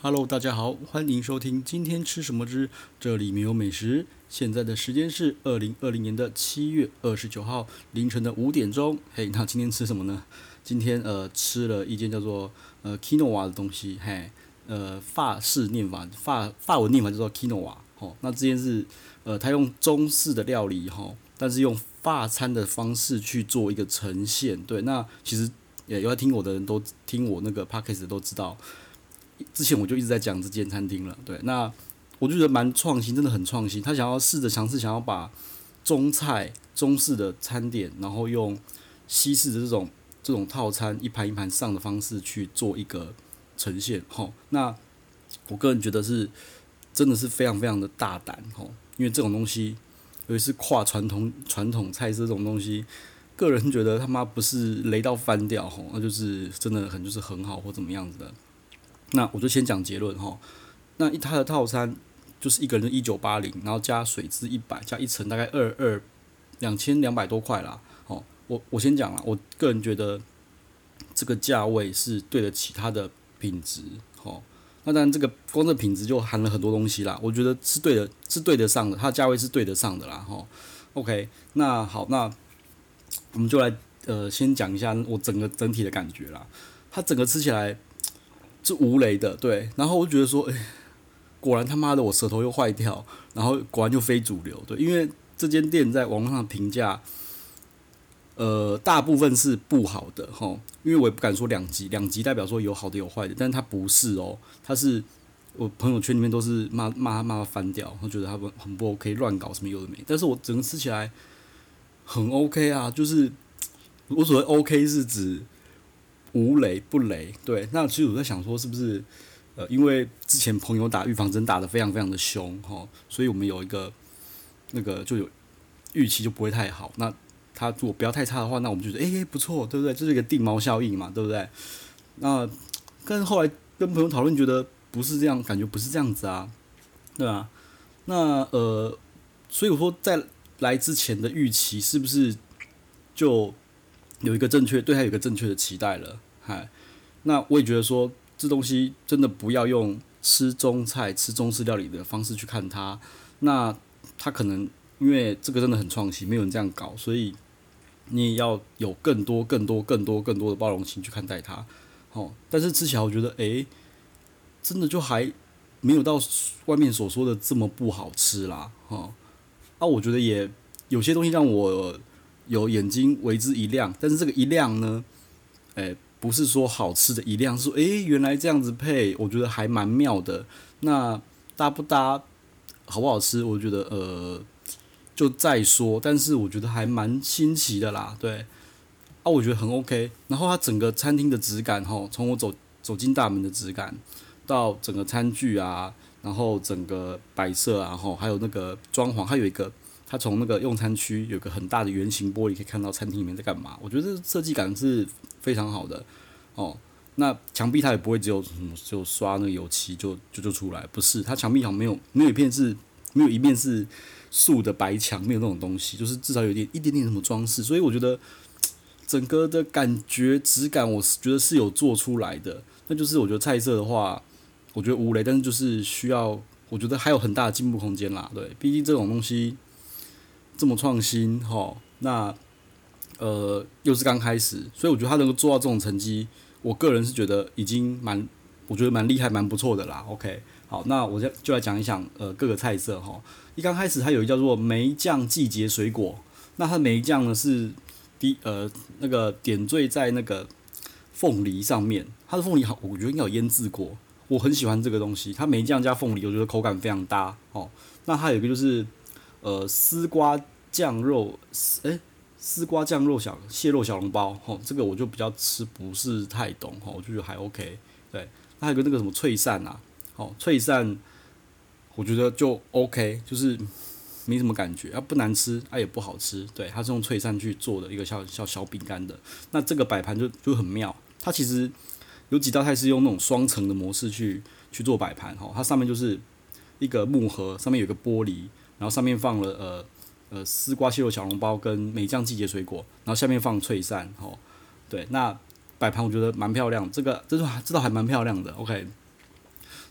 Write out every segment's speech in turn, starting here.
Hello，大家好，欢迎收听今天吃什么之这里没有美食。现在的时间是2020年的7月29号凌晨的5点钟。嘿，那今天吃什么呢？今天吃了一件叫做quinoa 的东西，嘿，法式念法，法文念法叫做 quinoa。哦，那这件是他用中式的料理但是用法餐的方式去做一个呈现。对，那其实也有在听我的人都听我那个 podcast 的都知道。之前我就一直在讲这间餐厅了，对，那我就觉得蛮创新，真的很创新。他想要尝试，想要把中菜、中式的餐点，然后用西式的这种套餐一盘一盘上的方式去做一个呈现，那我个人觉得真的是非常非常的大胆，因为这种东西，尤其是跨传统菜色这种东西，个人觉得他妈不是雷到翻掉，那就是真的就是很好或怎么样子的。那我就先讲结论哈。那它的套餐就是一个人1980，然后加水质100，加一层大概2200多块啦。我先讲啦，我个人觉得这个价位是对得起它的品质。那当然这个光这品质就含了很多东西啦，我觉得是对得上的，它的价位是对得上的啦。OK，那好，那我们就来先讲一下我整体的感觉啦。它整个吃起来是无雷的，对。然后我就觉得说，果然他妈的我舌头又坏掉，然后果然就非主流，对。因为这间店在网络上的评价，大部分是不好的，因为我也不敢说两极代表说有好的有坏的，但是它不是哦，它是我朋友圈里面都是骂他翻掉，我觉得他们很不 OK，乱搞什么有的没。但是我整个吃起来很 OK 啊，就是我所谓 OK 是指无雷不雷，对。那其实我在想说，是不是因为之前朋友打预防针打得非常非常的凶所以我们有一个那个就有预期就不会太好。那他如果不要太差的话，那我们就觉得不错，对不对？这是一个定锚效应嘛，对不对？那但是后来跟朋友讨论，觉得不是这样，感觉不是这样子啊，对吧？那所以我说在来之前的预期是不是就有一个对他有一个正确的期待了？嗨，那我也觉得说，这东西真的不要用吃中菜、吃中式料理的方式去看它。那它可能因为这个真的很创新，没有人这样搞，所以你也要有更多的包容心去看待它。但是吃起来我觉得，真的就还没有到外面所说的这么不好吃啦。我觉得也有些东西让我有眼睛为之一亮，但是这个一亮呢，不是说好吃的一亮，是说原来这样子配，我觉得还蛮妙的。那搭不搭，好不好吃，我觉得就再说，但是我觉得还蛮新奇的啦，对。我觉得很 OK。然后它整个餐厅的质感从我走进大门的质感，到整个餐具啊，然后整个摆设啊，还有那个装潢，它从那个用餐区有个很大的圆形玻璃，可以看到餐厅里面在干嘛。我觉得设计感是非常好的那墙壁它也不会只有就刷那个油漆就出来，不是，它墙壁好像没有一面是素的白墙，没有那种东西，就是至少有一点点什么装饰，所以我觉得整个的感觉质感，我觉得是有做出来的。那就是我觉得菜色的话，我觉得无雷，但是就是需要，我觉得还有很大的进步空间啦。对，毕竟这种东西这么创新那又是刚开始，所以我觉得他能够做到这种成绩，我个人是觉得已经我觉得蛮厉害、蛮不错的啦。OK，好，那我就来讲一讲各个菜色一刚开始它有一个叫做梅酱季节水果，那它的梅酱呢是那个点缀在那个凤梨上面，它的凤梨好，我觉得应该有腌制过，我很喜欢这个东西。它梅酱加凤梨，我觉得口感非常搭那它有一个就是丝瓜酱肉，丝瓜酱肉蟹肉小笼包这个我就比较吃不是太懂我就觉得还 OK。对，那还有个那个什么脆鳝啊，脆鳝我觉得就 OK，就是没什么感觉，不难吃，也不好吃。对，它是用脆鳝去做的一个小饼干的。那这个摆盘就很妙，它其实有几道菜是用那种双层的模式去做摆盘它上面就是一个木盒，上面有个玻璃，然后上面放了丝瓜蟹肉小笼包跟梅酱季节水果，然后下面放脆鳝对，那摆盘我觉得蛮漂亮，这道还蛮漂亮的。OK，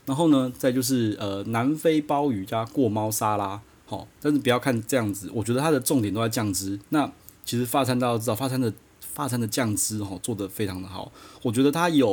然后呢，再就是南非鲍鱼加过猫沙拉，好，但是不要看这样子，我觉得它的重点都在酱汁。那其实法餐大家都知道，法餐的酱汁做得非常的好，我觉得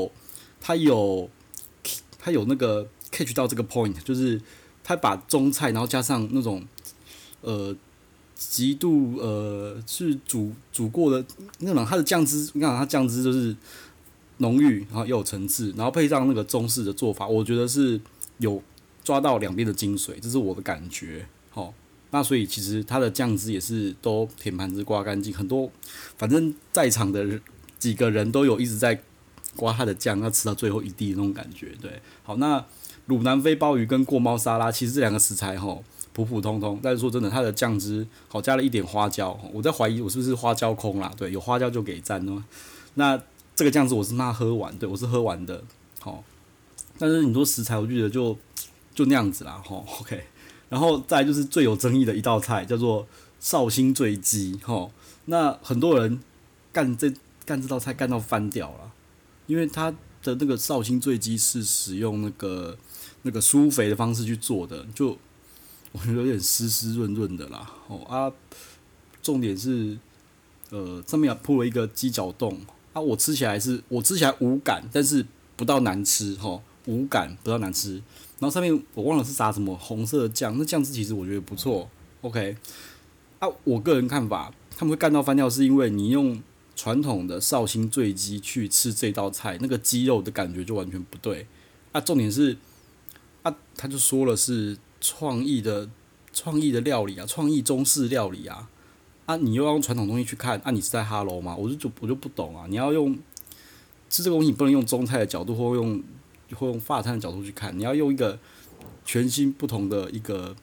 它有那个 catch 到这个 point，就是它把中菜然后加上那种呃极度是煮过的那种，它的酱汁，你看它酱汁就是浓郁，然后又有层次，然后配上那个中式的做法，我觉得是有抓到两边的精髓，这是我的感觉。好，那所以其实它的酱汁也是都舔盘子刮干净，很多反正在场的几个人都有一直在刮它的酱，要吃到最后一滴的那种感觉。对，好，那卤南非鲍鱼跟过猫沙拉，其实这两个食材普普通通，但是说真的，它的酱汁好加了一点花椒，我在怀疑我是不是花椒控啦。对，有花椒就给赞哦。那这个酱汁我是骂喝完，对我是喝完的，好，但是你说食材，我觉得就那样子啦，OK。然后再来就是最有争议的一道菜，叫做绍兴醉鸡，那很多人干这道菜干到翻掉了，因为它的那个绍兴醉鸡是使用那个酥肥的方式去做的，就我觉得有点湿湿润润的啦，重点是上面铺了一个鸡脚冻我吃起来无感，但是不到难吃无感不到难吃。然后上面我忘了是撒什么红色的酱，那酱汁其实我觉得不错，OK。我个人看法，他们会干到翻掉，是因为你用传统的绍兴醉鸡去吃这道菜，那个鸡肉的感觉就完全不对。重点是他就说了是创意的料理创意中式料理你又要用传统东西去看你是在哈喽吗？我就不懂你要用吃这个东西，你不能用中菜的角度或用法餐的角度去看，你要用一个全新不同的一个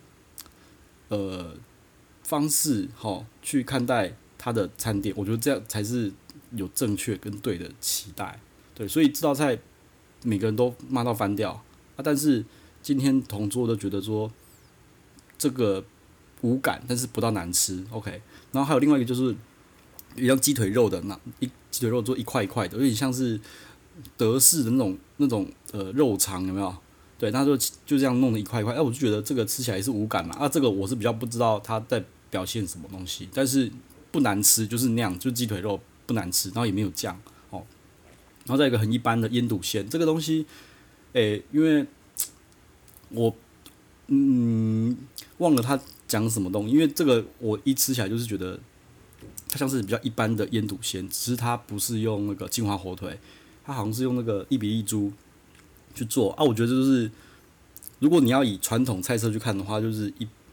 方式去看待它的餐点，我觉得这样才是有正确跟对的期待。对，所以这道菜每个人都骂到翻掉但是今天同桌都觉得说这个无感，但是不到难吃，OK。然后还有另外一个就是有像鸡腿肉的鸡腿肉做一块一块的，有点像是德式的那种肉肠，有没有？对，那就这样弄的一块一块，我就觉得这个吃起来是无感嘛这个我是比较不知道它在表现什么东西，但是不难吃，就是那样，就鸡腿肉不难吃，然后也没有酱然后再一个很一般的腌笃鲜，这个东西，因为我忘了他讲什么东西，因为这个我一吃起来就是觉得它像是比较一般的腌笃鲜，只是它不是用那个金华火腿，它好像是用那个1:1猪去做我觉得就是如果你要以传统菜色去看的话，就是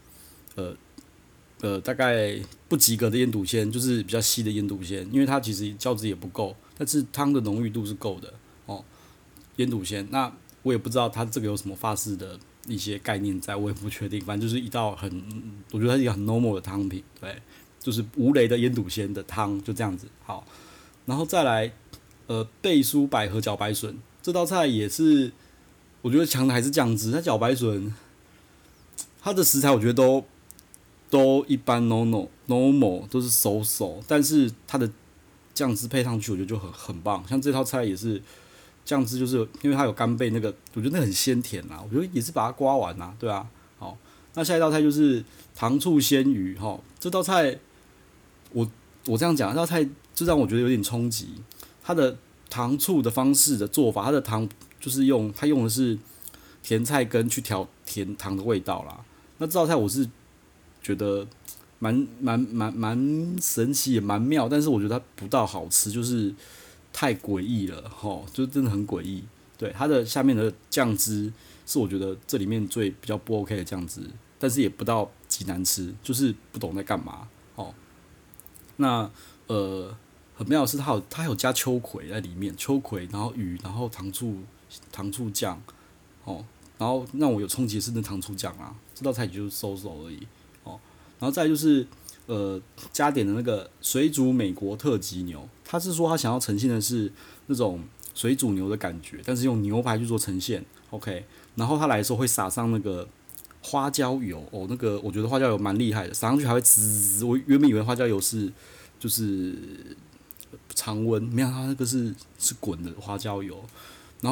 大概不及格的腌笃鲜，就是比较稀的腌笃鲜，因为它其实胶质也不够，但是汤的浓郁度是够的腌笃鲜，那我也不知道它这个有什么法式的一些概念在，我也不确定。反正就是一道我觉得它是一个很 normal 的汤品，对，就是无雷的腌笃鲜的汤，就这样子。好，然后再来贝酥百合茭白笋这道菜也是，我觉得强的还是酱汁。它茭白笋，它的食材我觉得都一般 normal 都是手，但是它的酱汁配上去，我觉得就很棒。像这套菜也是。酱汁就是因为它有干贝那个，我觉得那很鲜甜我觉得也是把它刮完对啊。好，那下一道菜就是糖醋鲜鱼这道菜我这样讲，这道菜就让我觉得有点冲击。它的糖醋的方式的做法，它的糖就是它用的是甜菜根去调甜糖的味道啦。那这道菜我是觉得蛮神奇也蛮妙，但是我觉得它不到好吃，就是太诡异了就真的很诡异。对，它的下面的酱汁是我觉得这里面比较不 OK 的酱汁，但是也不到极难吃，就是不懂在干嘛那很妙的是它还有加秋葵在里面，秋葵然后鱼然后糖醋酱然后让我有冲击的是那糖醋酱这道菜就是收而已然后再来就是加点的那个水煮美国特级牛，他是说他想要呈现的是那种水煮牛的感觉，但是用牛排去做呈现 ，OK。然后他来的时候会撒上那个花椒油那个我觉得花椒油蛮厉害的，撒上去还会滋。我原本以为花椒油就是常温，没想到它那个是滚的花椒油，然后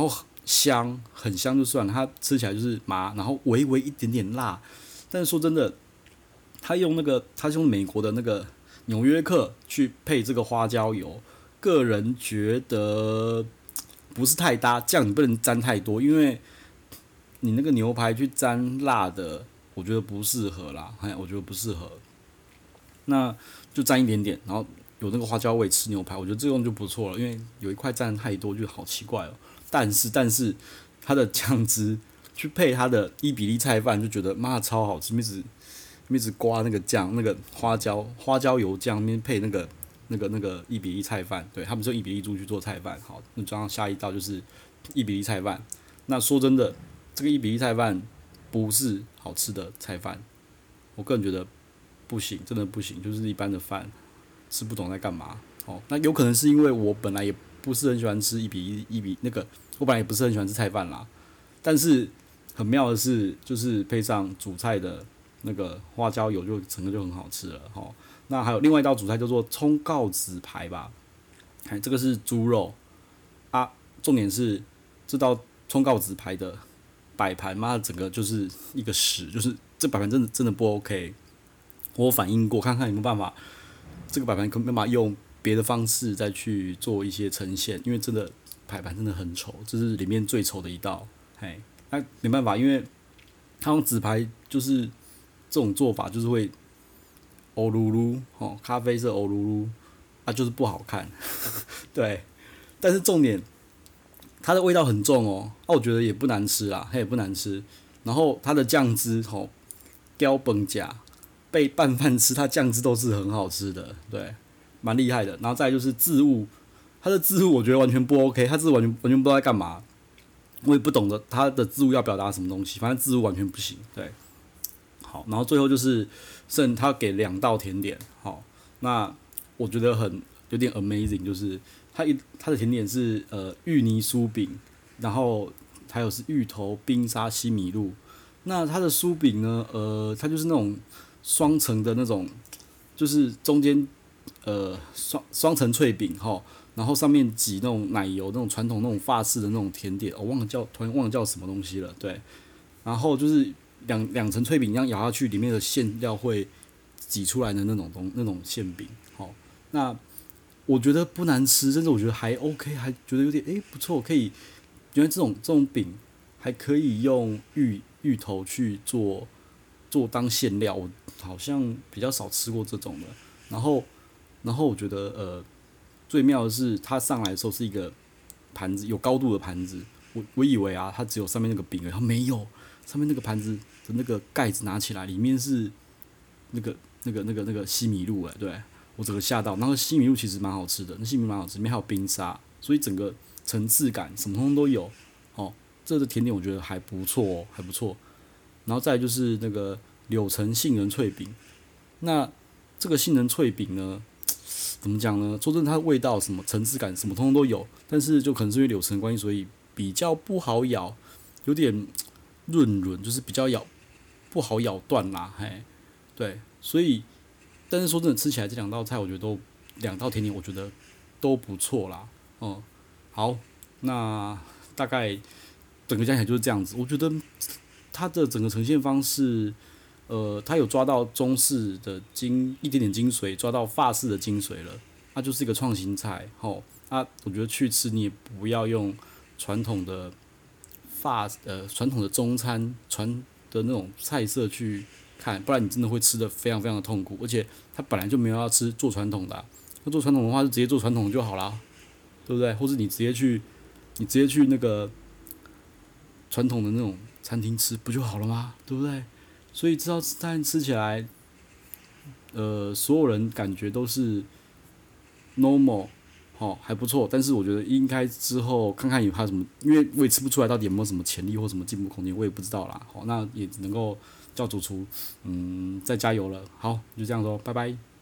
香，很香就算了，它吃起来就是麻，然后微微一点点辣。但是说真的，他是用美国的那个纽约客去配这个花椒油，个人觉得不是太搭，酱你不能沾太多，因为你那个牛排去沾辣的，我觉得不适合啦，我觉得不适合。那就沾一点点，然后有那个花椒味吃牛排，我觉得这样就不错了，因为有一块沾太多就好奇怪哦。但是它的酱汁去配它的伊比利菜饭，就觉得妈超好吃，一直刮那个酱，那个花椒油酱面配那个伊比利菜饭，对他们是用伊比利猪去做菜饭。好，那这样下一道就是伊比利菜饭。那说真的，这个伊比利菜饭不是好吃的菜饭，我个人觉得不行，真的不行，就是一般的饭，吃不懂在干嘛。哦，那有可能是因为我本来也不是很喜欢吃一比那个，我本来也不是很喜欢吃菜饭啦。但是很妙的是，就是配上主菜的那个花椒油，就整个就很好吃了。哦，那还有另外一道主菜叫做葱告子排吧，这个是猪肉啊，重点是这道葱告子排的摆盘，妈的整个就是一个屎，就是这摆盘真的不 OK。我有反映过，看看有没有办法，这个摆盘可没办法用别的方式再去做一些呈现，因为真的摆盘真的很丑，这是里面最丑的一道。那没办法，因为它用纸牌就是这种做法，就是会欧噜噜，咖啡色欧噜噜，就是不好看。对，但是重点，它的味道很重哦，我觉得也不难吃啦，它也不难吃。然后它的酱汁，标本甲被拌饭吃，它酱汁都是很好吃的，对，蛮厉害的。然后再来就是置物，它的置物我觉得完全不 OK，它是完全不知道在干嘛，我也不懂得它的置物要表达什么东西，反正置物完全不行，对。好，然后最后就是剩他给2道甜点，好，那我觉得有点 amazing，就是它的甜点是芋泥酥饼，然后还有是芋头冰沙西米露。那它的酥饼呢，它就是那种双层的那种，就是中间双层脆饼哈，然后上面挤那种奶油，那种传统那种法式的那种甜点，突然忘了叫什么东西了，对。然后就是两层脆饼一样咬下去，里面的馅料会挤出来的那种馅饼，那我觉得不难吃，甚至我觉得还 OK，还觉得有点不错，可以。原来这种饼还可以用芋头去做当馅料，我好像比较少吃过这种的。然后我觉得最妙的是它上来的时候是一个盘子，有高度的盘子。我以为它只有上面那个饼而已，它没有，上面那个盘子的那个盖子拿起来，里面是那个西米露，对，我整个吓到。然后西米露其实蛮好吃的，那西米露蛮好吃，里面还有冰沙，所以整个层次感什么通通都有。这个甜点我觉得还不错哦，还不错。然后再来就是那个柳橙杏仁脆饼，那这个杏仁脆饼呢，怎么讲呢？说真的，它的味道什么层次感什么通通都有，但是就可能是因为柳橙的关系，所以比较不好咬，有点润，就是比较不好咬断啦，对，所以但是说真的，吃起来这2道菜，我觉得2道甜点，我觉得都不错啦。好，那大概整个加起来就是这样子。我觉得它的整个呈现方式，它有抓到中式的一点点精髓，抓到法式的精髓了，它就是一个创新菜。我觉得去吃你也不要用传统的传统的中餐的那种菜色去看，不然你真的会吃得非常非常的痛苦。而且他本来就没有要做传统的，要做传统的话就直接做传统的就好啦，对不对？或是你直接去那个传统的那种餐厅吃不就好了吗？对不对？所以这道菜吃起来，所有人感觉都是 normal，还不错。但是我觉得应该之后看看有它什么，因为我也吃不出来到底有没有什么潜力或什么进步空间，我也不知道啦。那也只能够叫主厨再加油了。好，就这样说，拜拜。